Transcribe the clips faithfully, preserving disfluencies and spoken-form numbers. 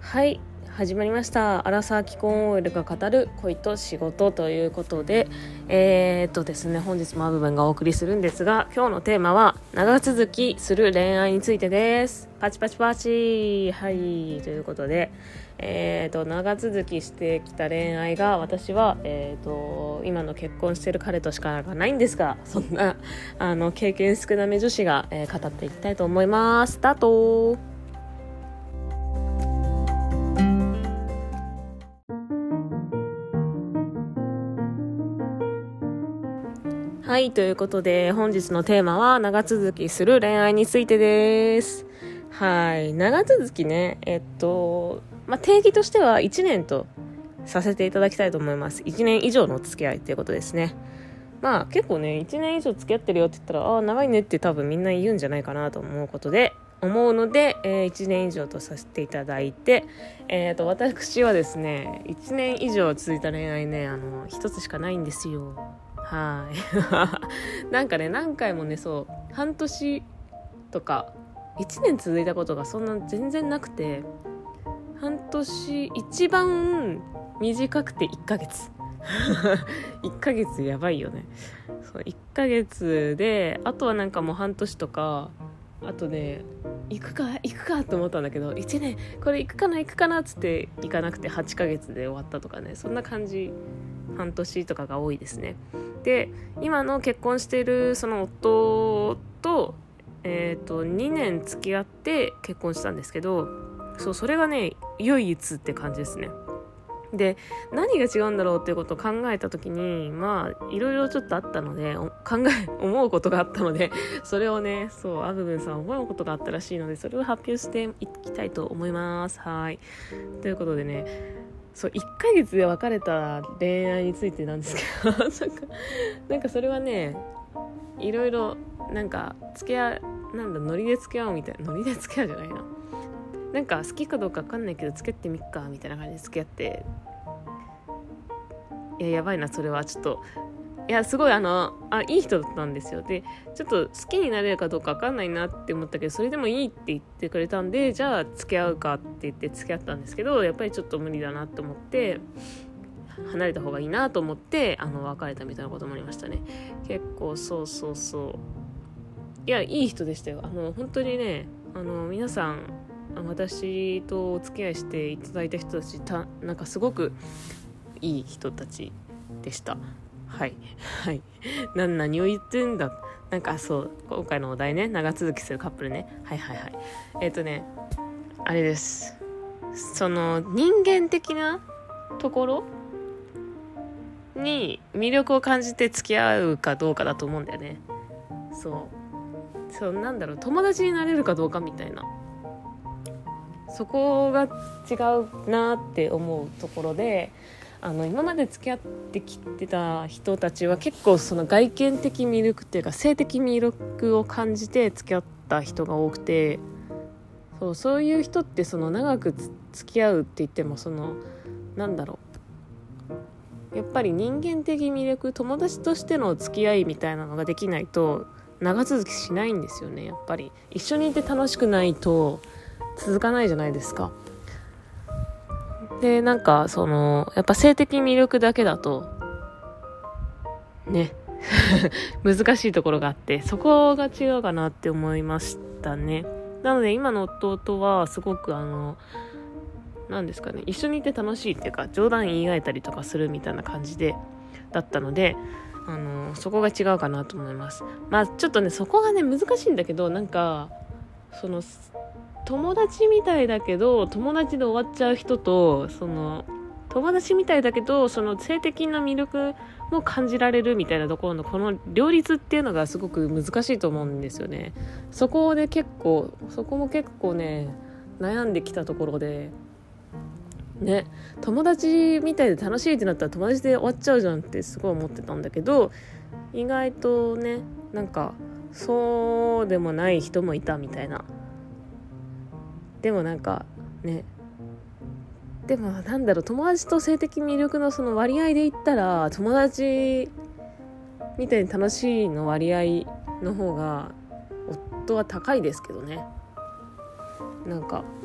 はい、始まりました。アラサー既婚 オーエル が語る恋と仕事ということで、えー、っとですね本日もアブブンがお送りするんですが、今日のテーマは長続きする恋愛についてです。パチパチパチ。はい、ということで、えー、っと長続きしてきた恋愛が、私は、えー、っと今の結婚してる彼としかないんですが、そんなあの経験少なめ女子が、えー、語っていきたいと思います。スタート。はい、ということで本日のテーマは長続きする恋愛についてです。はい、長続きね、えっと、まあ、定義としてはいちねんとさせていただきたいと思います。いちねん以上の付き合いっていうことですね。まあ結構ね、いちねん以上付き合ってるよって言ったら、ああ長いねって多分みんな言うんじゃないかなと思うことで思うので、えー、いちねん以上とさせていただいて、えー、と私はですね、いちねん以上続いた恋愛ね、あの一つしかないんですよ。はいなんかね、何回もね、そう半年とかいちねん続いたことがそんな全然なくて、半年、一番短くていっかげついっかげつやばいよね。そういっかげつで、あとはなんかもう半年とか、あとね、行くか行くかと思ったんだけど、いちねんこれ行くかな行くかなっつって行かなくてはちかげつで終わったとかね、そんな感じ。半年とかが多いですね。で、今の結婚しているその夫と、えー、とにねん付き合って結婚したんですけど、そうそれがね唯一って感じですね。で、何が違うんだろうっていうことを考えた時に、まあいろいろちょっとあったので、考え思うことがあったので、それをね、そうアブブンさん思うことがあったらしいので、それを発表していきたいと思います。はい、ということでね、そういっかげつで別れた恋愛についてなんですけどなんかなんかそれはね、いろいろなんか付き合う、なんだノリで付き合うみたいな、ノリで付き合うじゃないな、なんか好きかどうか分かんないけど付き合ってみっかみたいな感じで付き合って、いややばいなそれは。ちょっといやすごいあのあいい人だったんですよ。でちょっと好きになれるかどうか分かんないなって思ったけど、それでもいいって言ってくれたんで、じゃあ付き合うかって言って付き合ったんですけど、やっぱりちょっと無理だなって思って離れた方がいいなと思って、あの別れたみたいなこともありましたね。結構そうそうそう、いやいい人でしたよ。あの本当にね、あの皆さん、私とお付き合いしていただいた人たちたなんかすごくいい人たちでした。はいはいな何を言ってんだ。なんかそう、今回のお題ね、長続きするカップルね。はいはいはい。えっ、ー、とねあれです。その人間的なところに魅力を感じて付き合うかどうかだと思うんだよね。そうそう、なんだろう、友達になれるかどうかみたいな、そこが違うなって思うところで、あの今まで付き合ってきてた人たちは結構その外見的魅力っていうか性的魅力を感じて付き合った人が多くて、そうそういう人ってその長く付き合うって言っても、そのなんだろう、やっぱり人間的魅力、友達としての付き合いみたいなのができないと長続きしないんですよね。やっぱり一緒にいて楽しくないと続かないじゃないですか。でなんかそのやっぱ性的魅力だけだとね難しいところがあって、そこが違うかなって思いましたね。なので今の弟はすごくあのなんですかね、一緒にいて楽しいっていうか、冗談言い合えたりとかするみたいな感じでだったので、あのそこが違うかなと思います。まあちょっとねそこがね難しいんだけど、なんかその友達みたいだけど友達で終わっちゃう人と、その友達みたいだけどその性的な魅力も感じられるみたいなところのこの両立っていうのがすごく難しいと思うんですよね。そこで結構そこも結構ね悩んできたところでね、友達みたいで楽しいってなったら友達で終わっちゃうじゃんってすごい思ってたんだけど、意外とねなんかそうでもない人もいたみたいな。でもなんかね、でもなんだろう、友達と性的魅力のその割合で言ったら、友達みたいに楽しいの割合の方が夫は高いですけどね。なんか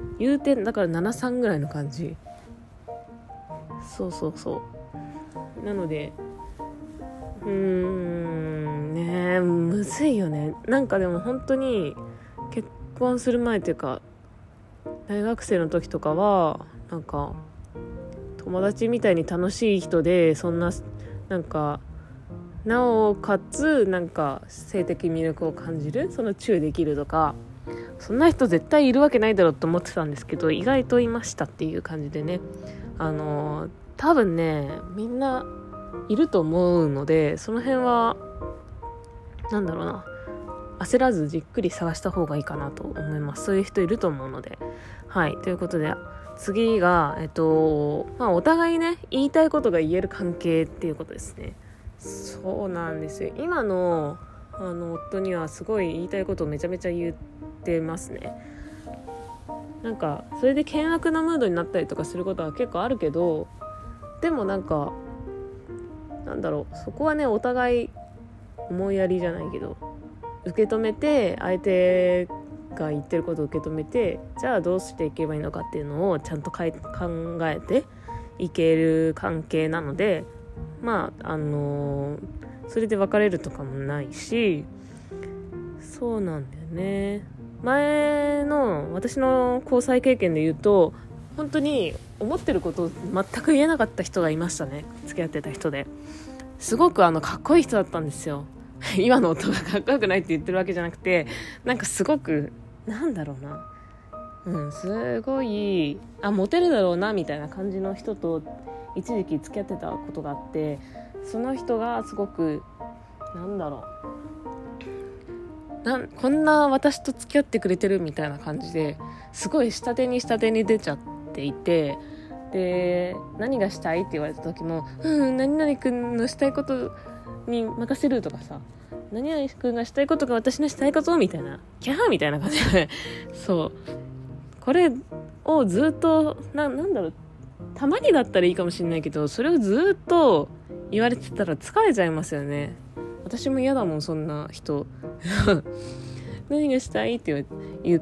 言うてだからななさんぐらいの感じ。そうそうそうなのでうーんねえむずいよね。なんかでも本当に結婚する前っていうか大学生の時とかはなんか友達みたいに楽しい人で、そんななんかなおかつなんか性的魅力を感じる、そのチューできるとか、そんな人絶対いるわけないだろうと思ってたんですけど、意外といましたっていう感じでね、あの多分ねみんないると思うので、その辺はなんだろうな、焦らずじっくり探した方がいいかなと思います。そういう人いると思うので。はい、ということで次がえっとまあお互いね言いたいことが言える関係っていうことですね。そうなんですよ。今のあの夫にはすごい言いたいことをめちゃめちゃ言ってますね。なんかそれで険悪なムードになったりとかすることは結構あるけど、でもなんかなんだろう、そこはねお互い思いやりじゃないけど受け止めて、相手が言ってることを受け止めて、じゃあどうしていけばいいのかっていうのをちゃんとかい考えていける関係なので、まああのー、それで別れるとかもないし、そうなんだよね。前の私の交際経験で言うと、本当に思ってることを全く言えなかった人がいましたね。付き合ってた人ですごくあのかっこいい人だったんですよ。今の夫がかっこよくないって言ってるわけじゃなくて、なんかすごくなんだろうな、うんすごいあモテるだろうなみたいな感じの人と一時期付き合ってたことがあって、その人がすごくなんだろうな、こんな私と付き合ってくれてるみたいな感じですごい下手に下手に出ちゃっていて、で何がしたいって言われた時も、うん何々くんのしたいことに任せるとかさ、何々くんがしたいことが私のしたいことみたいな、キャーみたいな感じでそうこれをずっと な, なんだろうたまにだったらいいかもしれないけど、それをずっと言われてたら疲れちゃいますよね。私も嫌だもんそんな人何がしたいって言って、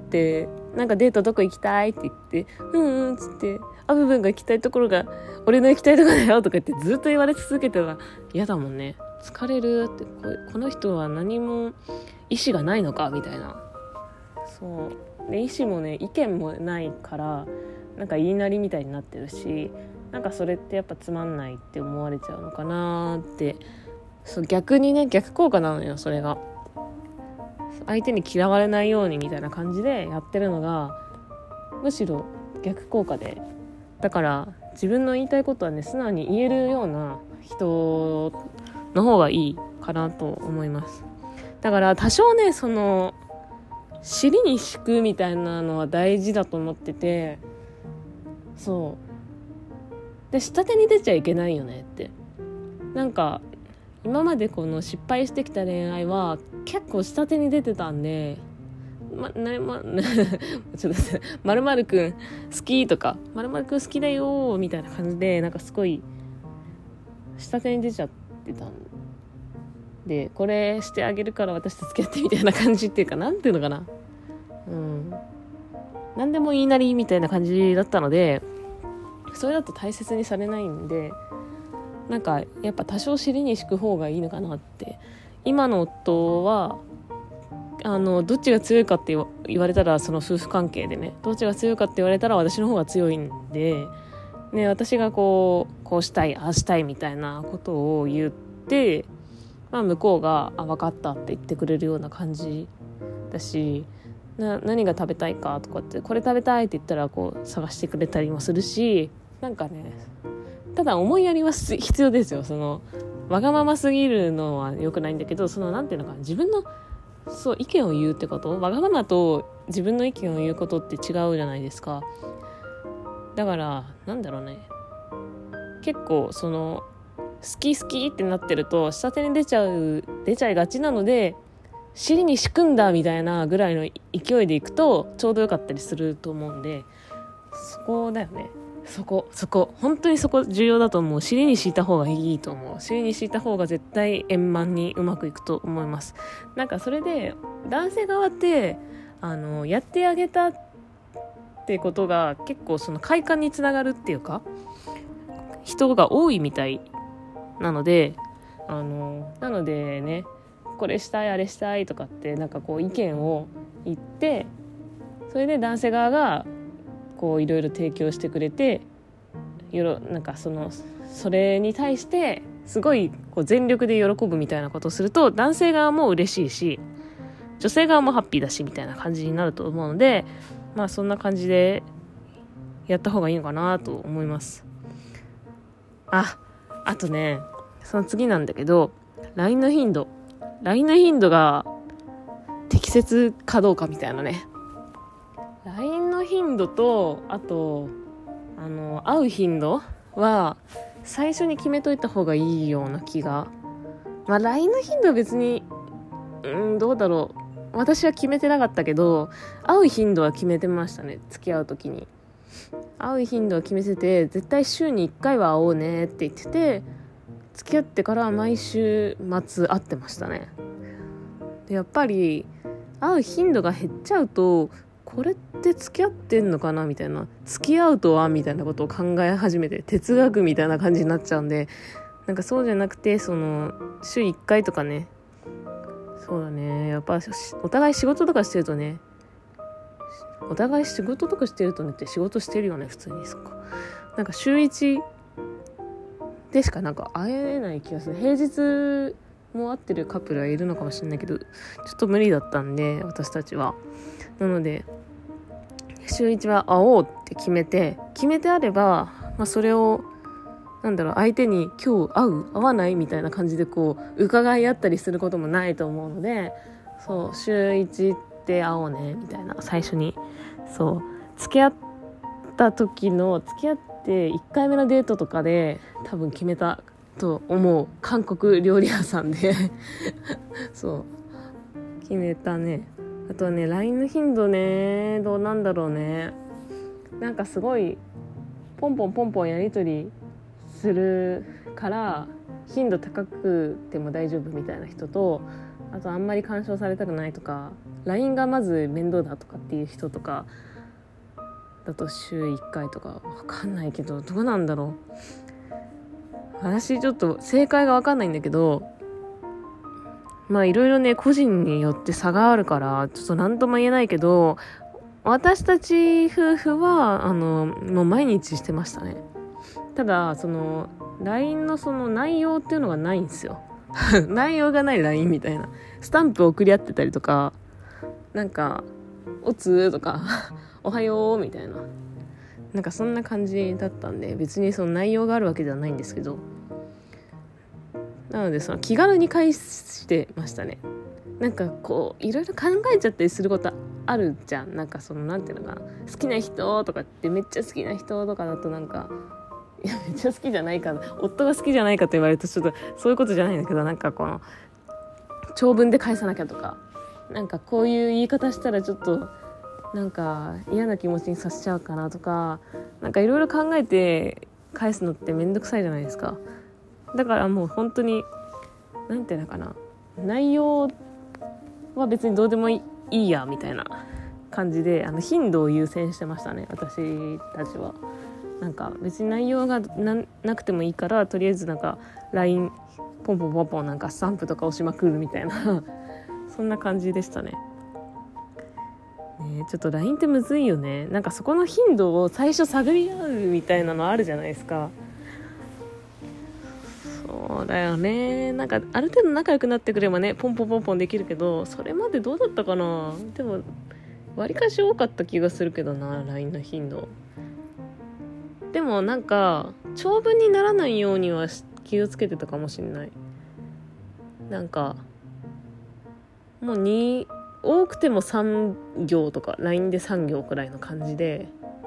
なんかデートどこ行きたいって言ってうんうんっつって、あ部分が行きたいところが俺の行きたいところだよとか言ってずっと言われ続けてたら嫌だもんね。疲れるって、 こ, この人は何も意思がないのかみたいな。そうで意思もね意見もないからなんか言いなりみたいになってるし、なんかそれってやっぱつまんないって思われちゃうのかなって。そう逆にね逆効果なのよそれが。相手に嫌われないようにみたいな感じでやってるのがむしろ逆効果で、だから自分の言いたいことはね素直に言えるような人の方がいいかなと思います。だから多少ねその尻に敷くみたいなのは大事だと思ってて、そうで下手に出ちゃいけないよねって。なんか今までこの失敗してきた恋愛は結構下手に出てたんで、ま、な、ま、ちょっと〇〇くん好きとか〇〇くん好きだよみたいな感じでなんかすごい下手に出ちゃってたんで、これしてあげるから私と付き合ってみたいな感じっていうか、なんていうのかな、うん何でも言いなりみたいな感じだったので、それだと大切にされないんで、なんかやっぱ多少尻に敷く方がいいのかなって。今の夫はあのどっちが強いかって言われたら、その夫婦関係でねどっちが強いかって言われたら私の方が強いんで、ね、私がこうこうしたいああしたいみたいなことを言って、まあ、向こうがあ分かったって言ってくれるような感じだし、な何が食べたいかとかってこれ食べたいって言ったらこう探してくれたりもするし、なんかねただ思いやりは必要ですよ。そのわがまますぎるのは良くないんだけど、そのなんていうのか自分のそう意見を言うってこと、わがままと自分の意見を言うことって違うじゃないですか。だからなんだろうね、結構その好き好きってなってると下手に出ちゃう出ちゃいがちなので、尻に敷くんだみたいなぐらいの勢いでいくとちょうどよかったりすると思うんで、そこだよね。そこそこ本当にそこ重要だと思う。尻に敷いた方がいいと思う。尻に敷いた方が絶対円満にうまくいくと思います。なんかそれで男性側ってあのやってあげたっってことが結構その快感につながるっていうか人が多いみたいなので、あのなのでね、これしたいあれしたいとかってなんかこう意見を言って、それで男性側がこういろいろ提供してくれて、よろなんかそのそれに対してすごいこう全力で喜ぶみたいなことをすると、男性側も嬉しいし女性側もハッピーだしみたいな感じになると思うので、まあそんな感じでやった方がいいのかなと思います。あ、あとね、その次なんだけど、 ライン の頻度 ライン の頻度が適切かどうかみたいなね。 ライン の頻度と、あとあの会う頻度は最初に決めといた方がいいような気が。まあ ライン の頻度は別にうんどうだろう、私は決めてなかったけど会う頻度は決めてましたね。付き合う時に会う頻度は決めてて、絶対週にいっかいは会おうねって言ってて、付き合ってから毎週末会ってましたね。でやっぱり会う頻度が減っちゃうと、これって付き合ってんのかなみたいな、付き合うとはみたいなことを考え始めて、哲学みたいな感じになっちゃうんで、なんかそうじゃなくて、その週いっかいとかね、そうだね、やっぱお互い仕事とかしてるとね、お互い仕事とかしてるとねって仕事してるよね普通に。そっか、なんか週いちでしかなんか会えない気がする。平日も会ってるカップルはいるのかもしれないけど、ちょっと無理だったんで私たちは。なので週いちは会おうって決めて決めてあれば、まあ、それをなんだろう、相手に今日会う会わないみたいな感じでこう伺い合ったりすることもないと思うので、そう週いちで会おうねみたいな、最初にそう付き合った時の付き合っていっかいめのデートとかで多分決めたと思う。韓国料理屋さんでそう決めたね。あとはね ライン の頻度ね、どうなんだろうね。なんかすごいポンポンポンポンやり取りするから頻度高くても大丈夫みたいな人と、あとあんまり干渉されたくないとか ライン がまず面倒だとかっていう人とかだと週いっかいとかわかんないけど、どうなんだろう。私ちょっと正解がわかんないんだけど、まあいろいろね個人によって差があるからちょっと何とも言えないけど、私たち夫婦はあのもう毎日してましたね。ただその ライン のその内容っていうのがないんですよ内容がない ライン みたいな、スタンプを送り合ってたりとか、なんかおつとかおはようみたいな、なんかそんな感じだったんで、別にその内容があるわけではないんですけど、なのでその気軽に返してましたね。なんかこういろいろ考えちゃったりすることあるじゃん。なんかそのなんていうのかな、好きな人とかってめっちゃ好きな人とかだとなんか、いやめっちゃ好きじゃないか、夫が好きじゃないかと言われるとちょっとそういうことじゃないんだけど、なんかこの長文で返さなきゃとか、なんかこういう言い方したらちょっとなんか嫌な気持ちにさせちゃうかなとか、なんかいろいろ考えて返すのってめんどくさいじゃないですか。だからもう本当になんていうのかな、内容は別にどうでもいいやみたいな感じで、あの頻度を優先してましたね私たちは。なんか別に内容が な, なくてもいいから、とりあえずなんか ライン ポンポンポンポンなんかスタンプとか押しまくるみたいなそんな感じでしたね。ね、ちょっと ライン ってむずいよね。なんかそこの頻度を最初探り合うみたいなのあるじゃないですか。そうだよね。なんかある程度仲良くなってくればねポンポンポンポンできるけど、それまでどうだったかな。でも割かし多かった気がするけどな ライン の頻度。でもなんか長文にならないようには気をつけてたかもしれない。なんかもうに多くてもさん行とか ライン でさん行くらいの感じで、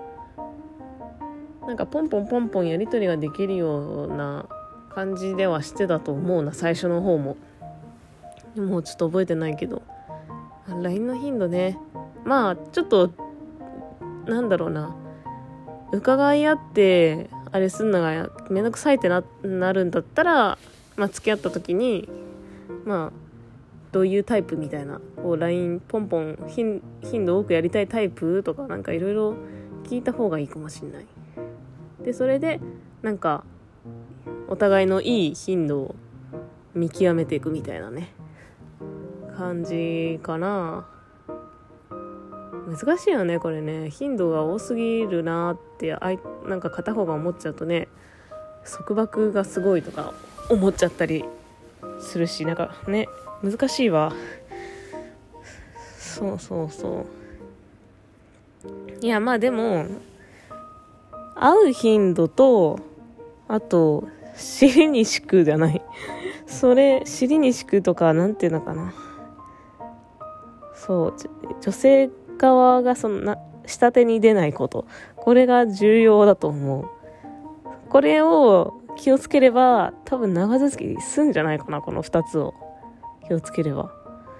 なんかポンポンポンポンやり取りができるような感じではしてたと思うな、最初の方も。でもちょっと覚えてないけど、 ライン の頻度ね、まあちょっとなんだろうな、伺い合ってあれすんのがめんどくさいって な, なるんだったら、まあ、付き合った時にまあどういうタイプみたいなこう ライン ポンポン頻度多くやりたいタイプとかなんかいろいろ聞いた方がいいかもしれない。でそれでなんかお互いのいい頻度を見極めていくみたいなね感じかな。難しいよねこれね。頻度が多すぎるなってあいなんか片方が思っちゃうとね、束縛がすごいとか思っちゃったりするし、なんかね難しいわ。そうそうそう。いやまあでも会う頻度と、あと尻に敷くじゃないそれ尻に敷くとかなんていうのかな、そう女性側がそんな下手に出ないこと、これが重要だと思う。これを気をつければ多分長続きすんじゃないかな。このふたつを気をつければ。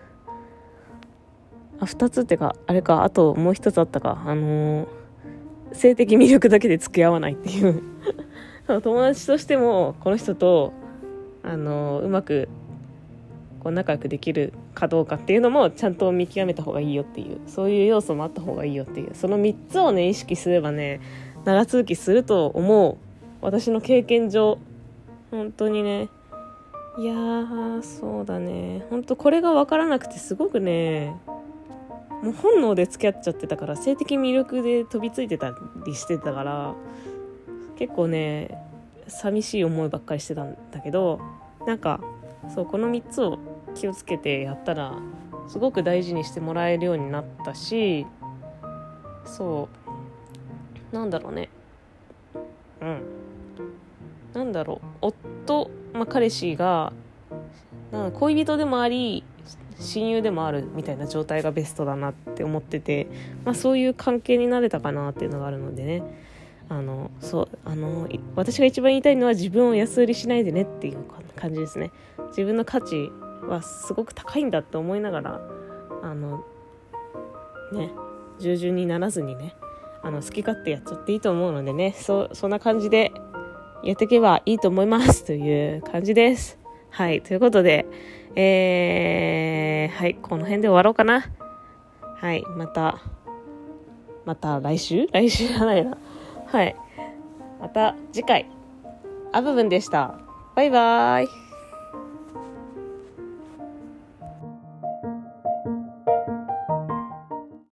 あ、ふたつってかあれか、あともう一つあったか、あのー、性的魅力だけで付き合わないっていう友達としてもこの人と、あのー、うまくこう仲良くできるかどうかっていうのもちゃんと見極めた方がいいよっていう、そういう要素もあった方がいいよっていう、そのみっつをね意識すればね長続きすると思う。私の経験上本当にね。いやーそうだね、本当これが分からなくてすごくね、もう本能で付き合っちゃってたから、性的魅力で飛びついてたりしてたから、結構ね寂しい思いばっかりしてたんだけど、なんかそうこのみっつを気をつけてやったらすごく大事にしてもらえるようになったし、そうなんだろうね、うんなんだろう、夫、まあ、彼氏がなんか恋人でもあり親友でもあるみたいな状態がベストだなって思ってて、まあ、そういう関係になれたかなっていうのがあるのでね、あのそうあの私が一番言いたいのは自分を安売りしないでねっていう感じですね。自分の価値はすごく高いんだって思いながら、あのね従順にならずにね、あの好き勝手やっちゃっていいと思うのでね、そそんな感じでやっていけばいいと思いますという感じです。はい、ということで、えー、はい、この辺で終わろうかな。はい、また、また来週来週じゃないな。はい、また次回、あぶぶんでした。バイバーイ。